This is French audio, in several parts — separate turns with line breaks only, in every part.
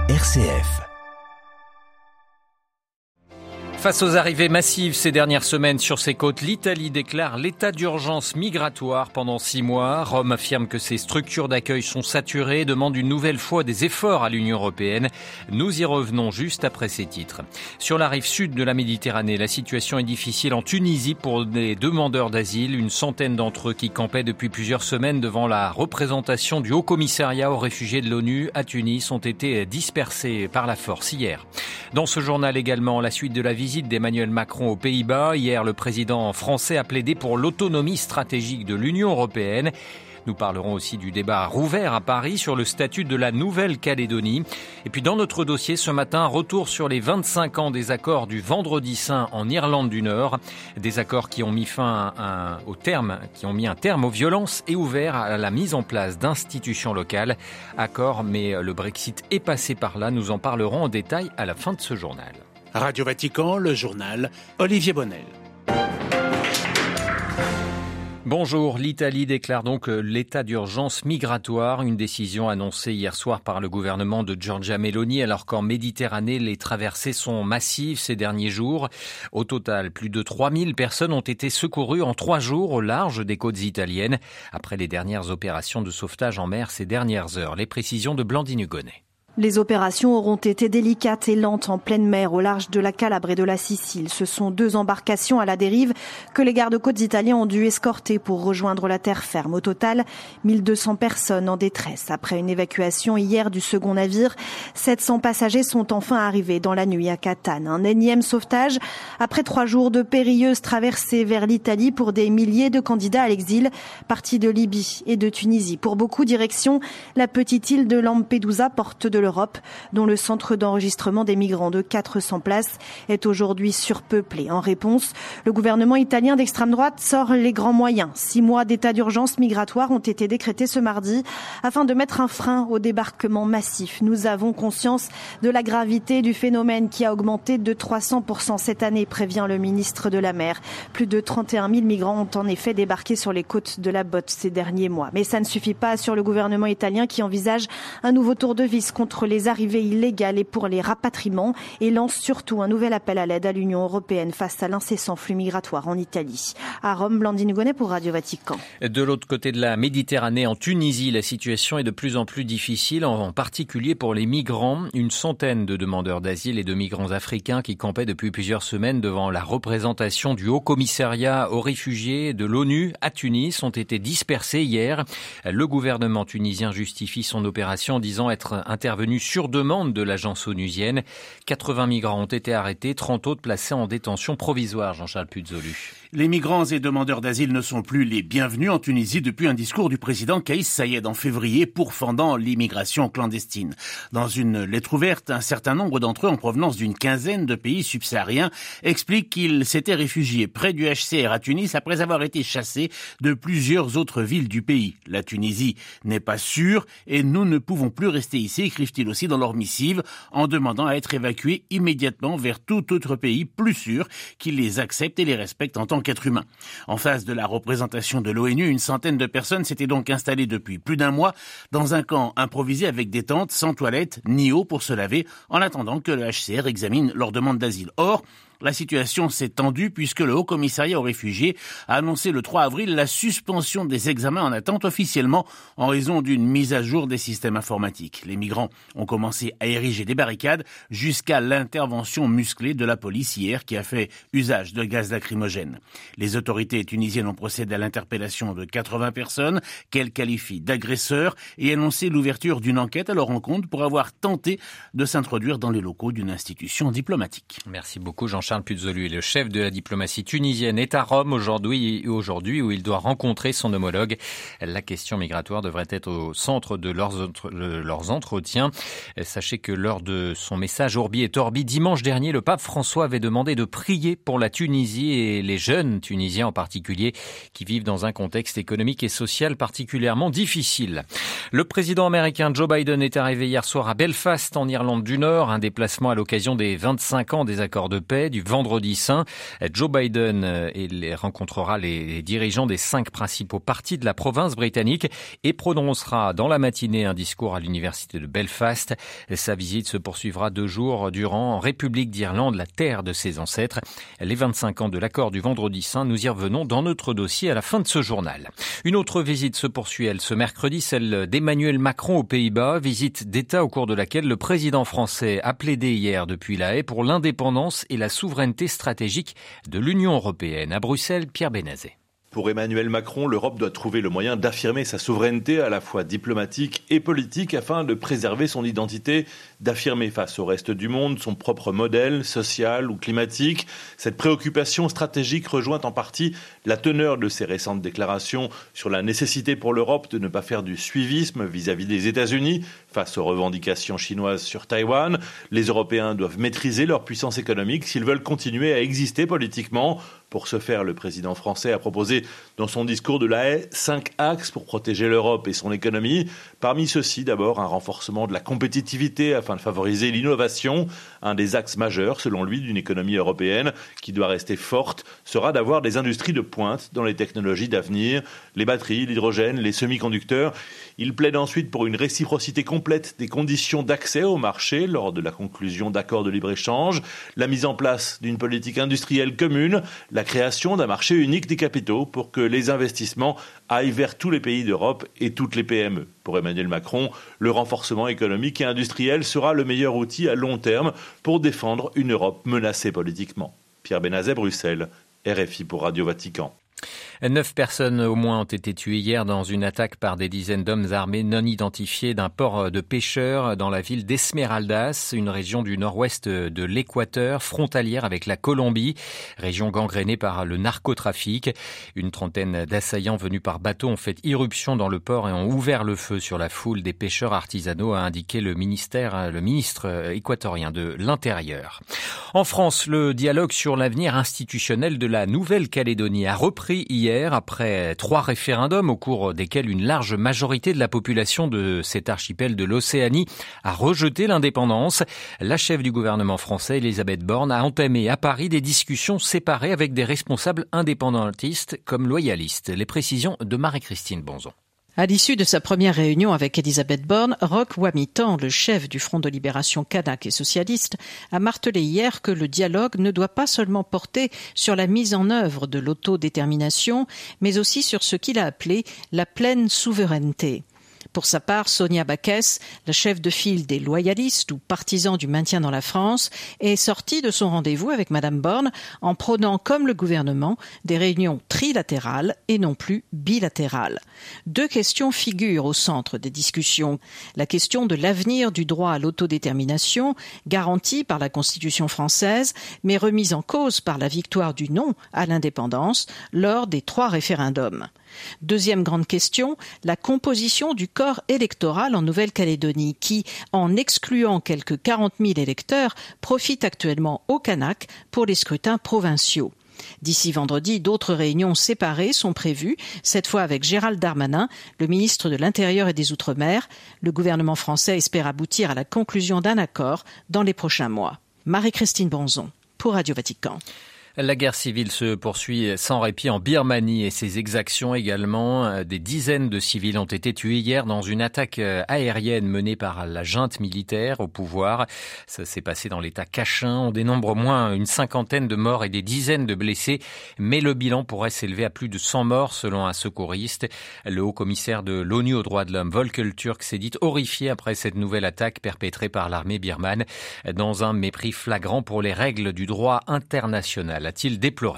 RCF.
Face aux arrivées massives ces dernières semaines sur ses côtes, l'Italie déclare l'état d'urgence migratoire pendant 6 mois. Rome affirme que ses structures d'accueil sont saturées et demande une nouvelle fois des efforts à l'Union européenne. Nous y revenons juste après ces titres. Sur la rive sud de la Méditerranée, la situation est difficile en Tunisie pour les demandeurs d'asile. Une centaine d'entre eux qui campaient depuis plusieurs semaines devant la représentation du Haut-Commissariat aux réfugiés de l'ONU à Tunis ont été dispersés par la force hier. Dans ce journal également, la suite de la visite d'Emmanuel Macron aux Pays-Bas. Hier, le président français a plaidé pour l'autonomie stratégique de l'Union européenne. Nous parlerons aussi du débat rouvert à Paris sur le statut de la Nouvelle-Calédonie. Et puis dans notre dossier ce matin, retour sur les 25 ans des accords du Vendredi Saint en Irlande du Nord. Des accords qui ont mis un terme aux violences et ouvert à la mise en place d'institutions locales. Accords, mais le Brexit est passé par là. Nous en parlerons en détail à la fin de ce journal.
Radio Vatican, le journal, Olivier Bonnel.
Bonjour, l'Italie déclare donc l'état d'urgence migratoire, une décision annoncée hier soir par le gouvernement de Giorgia Meloni alors qu'en Méditerranée, les traversées sont massives ces derniers jours. Au total, plus de 3000 personnes ont été secourues en 3 jours au large des côtes italiennes après les dernières opérations de sauvetage en mer ces dernières heures. Les précisions de Blandine Hugonnet.
Les opérations auront été délicates et lentes en pleine mer au large de la Calabre et de la Sicile. Ce sont 2 embarcations à la dérive que les gardes-côtes italiens ont dû escorter pour rejoindre la terre ferme. Au total, 1200 personnes en détresse. Après une évacuation hier du second navire, 700 passagers sont enfin arrivés dans la nuit à Catane. Un énième sauvetage après 3 jours de périlleuse traversée vers l'Italie pour des milliers de candidats à l'exil partis de Libye et de Tunisie. Pour beaucoup, direction la petite île de Lampedusa, porte de l'Europe, dont le centre d'enregistrement des migrants de 400 places est aujourd'hui surpeuplé. En réponse, le gouvernement italien d'extrême droite sort les grands moyens. 6 mois d'état d'urgence migratoire ont été décrétés ce mardi afin de mettre un frein au débarquement massif. Nous avons conscience de la gravité du phénomène qui a augmenté de 300% cette année, prévient le ministre de la Mer. Plus de 31 000 migrants ont en effet débarqué sur les côtes de la Botte ces derniers mois. Mais ça ne suffit pas sur le gouvernement italien qui envisage un nouveau tour de vis contre les arrivées illégales et pour les rapatriements et lance surtout un nouvel appel à l'aide à l'Union européenne face à l'incessant flux migratoire en Italie. À Rome, Blandine Hugonnet pour Radio Vatican.
De l'autre côté de la Méditerranée, en Tunisie, la situation est de plus en plus difficile, en particulier pour les migrants. Une centaine de demandeurs d'asile et de migrants africains qui campaient depuis plusieurs semaines devant la représentation du Haut-Commissariat aux réfugiés de l'ONU à Tunis ont été dispersés hier. Le gouvernement tunisien justifie son opération en disant être intervenu sur demande de l'agence onusienne. 80 migrants ont été arrêtés, 30 autres placés en détention provisoire, Jean-Charles Puzolu.
Les migrants et demandeurs d'asile ne sont plus les bienvenus en Tunisie depuis un discours du président Kais Saied en février pourfendant l'immigration clandestine. Dans une lettre ouverte, un certain nombre d'entre eux en provenance d'une quinzaine de pays subsahariens expliquent qu'ils s'étaient réfugiés près du HCR à Tunis après avoir été chassés de plusieurs autres villes du pays. La Tunisie n'est pas sûre et nous ne pouvons plus rester ici, écrivent-ils aussi dans leur missive, en demandant à être évacués immédiatement vers tout autre pays plus sûr qui les accepte et les respecte en tant qu'être humain. En face de la représentation de l'ONU, une centaine de personnes s'étaient donc installées depuis plus d'1 mois dans un camp improvisé avec des tentes sans toilettes ni eau pour se laver en attendant que le HCR examine leur demande d'asile. Or, la situation s'est tendue puisque le Haut-Commissariat aux réfugiés a annoncé le 3 avril la suspension des examens en attente officiellement en raison d'une mise à jour des systèmes informatiques. Les migrants ont commencé à ériger des barricades jusqu'à l'intervention musclée de la police hier qui a fait usage de gaz lacrymogène. Les autorités tunisiennes ont procédé à l'interpellation de 80 personnes qu'elles qualifient d'agresseurs et annoncé l'ouverture d'une enquête à leur encontre pour avoir tenté de s'introduire dans les locaux d'une institution diplomatique.
Merci beaucoup Jean-Charles Puzolu. Le chef de la diplomatie tunisienne est à Rome aujourd'hui où il doit rencontrer son homologue. La question migratoire devrait être au centre de leurs entretiens. Sachez que lors de son message Urbi et Orbi dimanche dernier, le pape François avait demandé de prier pour la Tunisie et les jeunes Tunisiens en particulier qui vivent dans un contexte économique et social particulièrement difficile. Le président américain Joe Biden est arrivé hier soir à Belfast en Irlande du Nord, un déplacement à l'occasion des 25 ans des accords de paix du Vendredi Saint. Joe Biden rencontrera les dirigeants des 5 principaux partis de la province britannique et prononcera dans la matinée un discours à l'université de Belfast. Sa visite se poursuivra 2 jours durant en République d'Irlande, la terre de ses ancêtres. Les 25 ans de l'accord du Vendredi Saint, nous y revenons dans notre dossier à la fin de ce journal. Une autre visite se poursuit, elle, ce mercredi, celle d'Emmanuel Macron aux Pays-Bas, visite d'État au cours de laquelle le président français a plaidé hier depuis La Haye pour l'indépendance et la souveraineté stratégique de l'Union européenne. À Bruxelles, Pierre Benazet.
Pour Emmanuel Macron, l'Europe doit trouver le moyen d'affirmer sa souveraineté à la fois diplomatique et politique afin de préserver son identité, d'affirmer face au reste du monde son propre modèle social ou climatique. Cette préoccupation stratégique rejoint en partie la teneur de ses récentes déclarations sur la nécessité pour l'Europe de ne pas faire du suivisme vis-à-vis des États-Unis face aux revendications chinoises sur Taïwan. Les Européens doivent maîtriser leur puissance économique s'ils veulent continuer à exister politiquement. Pour ce faire, le président français a proposé dans son discours de La Haye 5 axes pour protéger l'Europe et son économie. Parmi ceux-ci, d'abord, un renforcement de la compétitivité afin de favoriser l'innovation. Un des axes majeurs, selon lui, d'une économie européenne qui doit rester forte sera d'avoir des industries de pointe dans les technologies d'avenir, les batteries, l'hydrogène, les semi-conducteurs. Il plaide ensuite pour une réciprocité complète des conditions d'accès au marché lors de la conclusion d'accords de libre-échange, la mise en place d'une politique industrielle commune, la création d'un marché unique des capitaux pour que les investissements aillent vers tous les pays d'Europe et toutes les PME. Pour Emmanuel Macron, le renforcement économique et industriel sera le meilleur outil à long terme pour défendre une Europe menacée politiquement. Pierre Benazet, Bruxelles, RFI pour Radio Vatican.
9 personnes au moins ont été tuées hier dans une attaque par des dizaines d'hommes armés non identifiés d'un port de pêcheurs dans la ville d'Esmeraldas, une région du nord-ouest de l'Équateur, frontalière avec la Colombie, région gangrénée par le narcotrafic. Une trentaine d'assaillants venus par bateau ont fait irruption dans le port et ont ouvert le feu sur la foule des pêcheurs artisanaux, a indiqué le ministre équatorien de l'Intérieur. En France, le dialogue sur l'avenir institutionnel de la Nouvelle-Calédonie a repris hier après 3 référendums au cours desquels une large majorité de la population de cet archipel de l'Océanie a rejeté l'indépendance. La chef du gouvernement français, Elisabeth Borne, a entamé à Paris des discussions séparées avec des responsables indépendantistes comme loyalistes. Les précisions de Marie-Christine Bonzon.
À l'issue de sa première réunion avec Elisabeth Borne, Roch Wamitan, le chef du Front de libération kanak et socialiste, a martelé hier que le dialogue ne doit pas seulement porter sur la mise en œuvre de l'autodétermination, mais aussi sur ce qu'il a appelé la pleine souveraineté. Pour sa part, Sonia Backès, la chef de file des loyalistes ou partisans du maintien dans la France, est sortie de son rendez-vous avec Madame Borne en prônant, comme le gouvernement, des réunions trilatérales et non plus bilatérales. 2 questions figurent au centre des discussions. La question de l'avenir du droit à l'autodétermination, garanti par la Constitution française, mais remise en cause par la victoire du non à l'indépendance lors des 3 référendums. Deuxième grande question, la composition du corps électoral en Nouvelle-Calédonie qui, en excluant quelques 40 000 électeurs, profite actuellement aux Kanaks pour les scrutins provinciaux. D'ici vendredi, d'autres réunions séparées sont prévues, cette fois avec Gérald Darmanin, le ministre de l'Intérieur et des Outre-mer. Le gouvernement français espère aboutir à la conclusion d'un accord dans les prochains mois. Marie-Christine Bonzon, pour Radio Vatican.
La guerre civile se poursuit sans répit en Birmanie et ses exactions également. Des dizaines de civils ont été tués hier dans une attaque aérienne menée par la junte militaire au pouvoir. Ça s'est passé dans l'état Kachin. On dénombre au moins une 50aine de morts et des dizaines de blessés. Mais le bilan pourrait s'élever à plus de 100 morts selon un secouriste. Le haut-commissaire de l'ONU aux droits de l'homme, Volker Turk, s'est dit horrifié après cette nouvelle attaque perpétrée par l'armée birmane dans un mépris flagrant pour les règles du droit international, a-t-il déploré.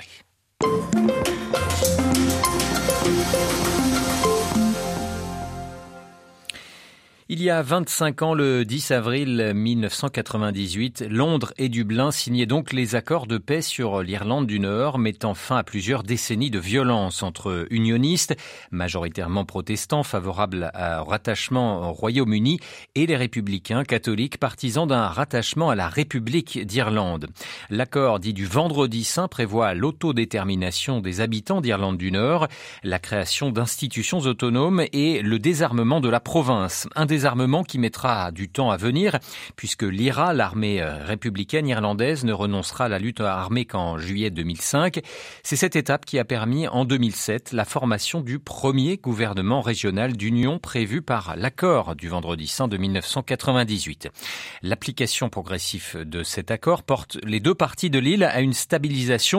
Il y a 25 ans, le 10 avril 1998, Londres et Dublin signaient donc les accords de paix sur l'Irlande du Nord, mettant fin à plusieurs décennies de violence entre unionistes, majoritairement protestants, favorables au rattachement au Royaume-Uni, et les républicains catholiques, partisans d'un rattachement à la République d'Irlande. L'accord dit du Vendredi Saint prévoit l'autodétermination des habitants d'Irlande du Nord, la création d'institutions autonomes et le désarmement de la province. Un des désarmement qui mettra du temps à venir, puisque l'IRA, l'armée républicaine irlandaise, ne renoncera à la lutte armée qu'en juillet 2005. C'est cette étape qui a permis, en 2007, la formation du premier gouvernement régional d'union prévu par l'accord du Vendredi Saint de 1998. L'application progressive de cet accord porte les deux parties de l'île à une stabilisation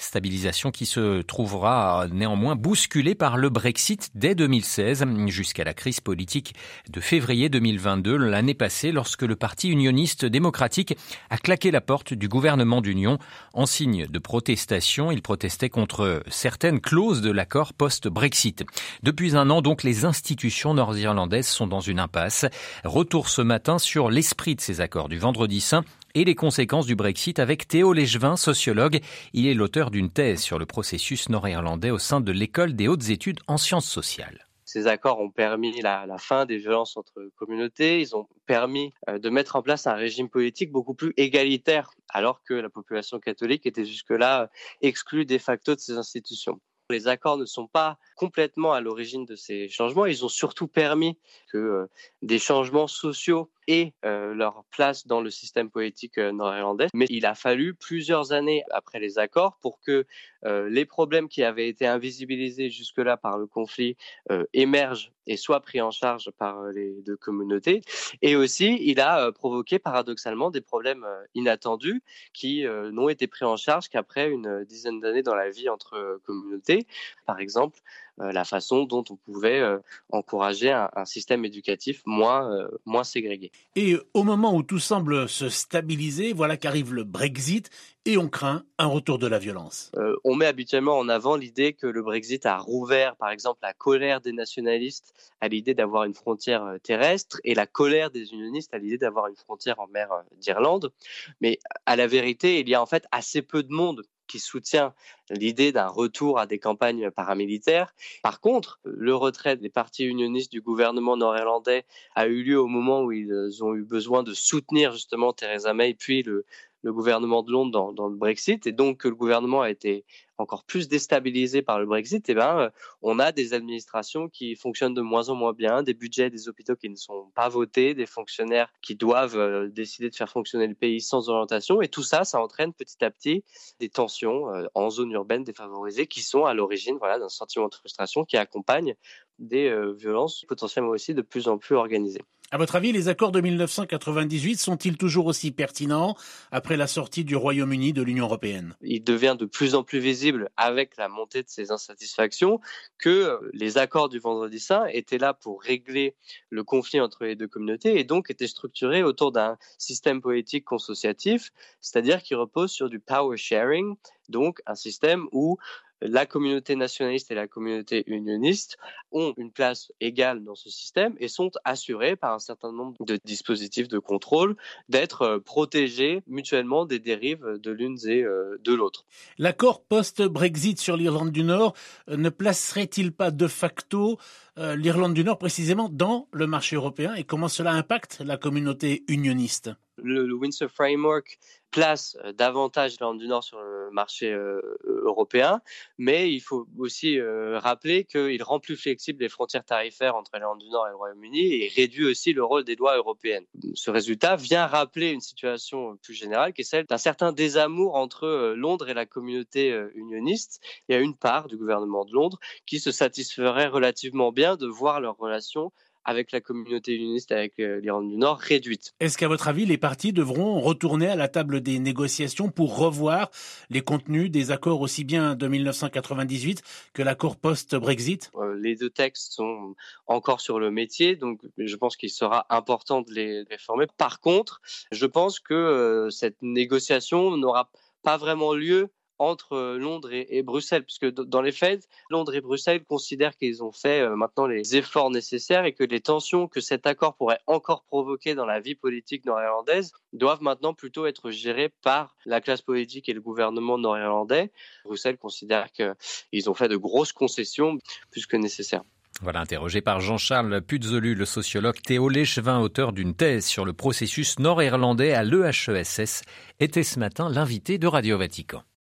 qui se trouvera néanmoins bousculée par le Brexit dès 2016, jusqu'à la crise politique de février 2022, l'année passée, lorsque le parti unioniste démocratique a claqué la porte du gouvernement d'union. En signe de protestation, il protestait contre certaines clauses de l'accord post-Brexit. Depuis un an, donc, les institutions nord-irlandaises sont dans une impasse. Retour ce matin sur l'esprit de ces accords du Vendredi Saint et les conséquences du Brexit avec Théo Léchevin, sociologue. Il est l'auteur d'une thèse sur le processus nord-irlandais au sein de l'École des hautes études en sciences sociales.
Ces accords ont permis la fin des violences entre communautés. Ils ont permis de mettre en place un régime politique beaucoup plus égalitaire, alors que la population catholique était jusque-là exclue de facto de ces institutions. Les accords ne sont pas complètement à l'origine de ces changements. Ils ont surtout permis que des changements sociaux aient leur place dans le système politique nord-irlandais. Mais il a fallu plusieurs années après les accords pour que les problèmes qui avaient été invisibilisés jusque-là par le conflit émergent et soient pris en charge par les deux communautés. Et aussi, il a provoqué paradoxalement des problèmes inattendus qui n'ont été pris en charge qu'après une dizaine d'années dans la vie entre communautés. Par exemple, la façon dont on pouvait encourager un système éducatif moins ségrégué.
Et au moment où tout semble se stabiliser, voilà qu'arrive le Brexit et on craint un retour de la violence.
On met habituellement en avant l'idée que le Brexit a rouvert, par exemple, la colère des nationalistes à l'idée d'avoir une frontière terrestre et la colère des unionistes à l'idée d'avoir une frontière en mer d'Irlande. Mais à la vérité, il y a en fait assez peu de monde qui soutient l'idée d'un retour à des campagnes paramilitaires. Par contre, le retrait des partis unionistes du gouvernement nord-irlandais a eu lieu au moment où ils ont eu besoin de soutenir justement Theresa May puis le gouvernement de Londres dans le Brexit, et donc que le gouvernement a été encore plus déstabilisé par le Brexit, on a des administrations qui fonctionnent de moins en moins bien, des budgets des hôpitaux qui ne sont pas votés, des fonctionnaires qui doivent décider de faire fonctionner le pays sans orientation, et tout ça, ça entraîne petit à petit des tensions en zone urbaine défavorisée qui sont à l'origine d'un sentiment de frustration qui accompagne des violences potentiellement aussi de plus en plus organisées.
À votre avis, les accords de 1998 sont-ils toujours aussi pertinents après la sortie du Royaume-Uni de l'Union européenne ?
Il devient de plus en plus visible avec la montée de ces insatisfactions que les accords du Vendredi Saint étaient là pour régler le conflit entre les deux communautés et donc étaient structurés autour d'un système politique consociatif, c'est-à-dire qui repose sur du power sharing, donc un système où la communauté nationaliste et la communauté unioniste ont une place égale dans ce système et sont assurées par un certain nombre de dispositifs de contrôle d'être protégés mutuellement des dérives de l'une et de l'autre.
L'accord post-Brexit sur l'Irlande du Nord ne placerait-il pas de facto l'Irlande du Nord précisément dans le marché européen et comment cela impacte la communauté unioniste ?
Le Windsor Framework place davantage l'Irlande du Nord sur le marché européen, mais il faut aussi rappeler qu'il rend plus flexibles les frontières tarifaires entre l'Irlande du Nord et le Royaume-Uni et réduit aussi le rôle des lois européennes. Ce résultat vient rappeler une situation plus générale qui est celle d'un certain désamour entre Londres et la communauté unioniste. Il y a une part du gouvernement de Londres qui se satisferait relativement bien de voir leurs relations avec la communauté unioniste, avec l'Irlande du Nord, réduite.
Est-ce qu'à votre avis, les partis devront retourner à la table des négociations pour revoir les contenus des accords aussi bien de 1998 que l'accord post-Brexit ?
Les deux textes sont encore sur le métier, donc je pense qu'il sera important de les réformer. Par contre, je pense que cette négociation n'aura pas vraiment lieu entre Londres et Bruxelles, puisque dans les faits, Londres et Bruxelles considèrent qu'ils ont fait maintenant les efforts nécessaires et que les tensions que cet accord pourrait encore provoquer dans la vie politique nord-irlandaise doivent maintenant plutôt être gérées par la classe politique et le gouvernement nord-irlandais. Bruxelles considère qu'ils ont fait de grosses concessions plus que nécessaires.
Voilà, interrogé par Jean-Charles Puzolu, le sociologue Théo Léchevin, auteur d'une thèse sur le processus nord-irlandais à l'EHESS, était ce matin l'invité de Radio Vatican.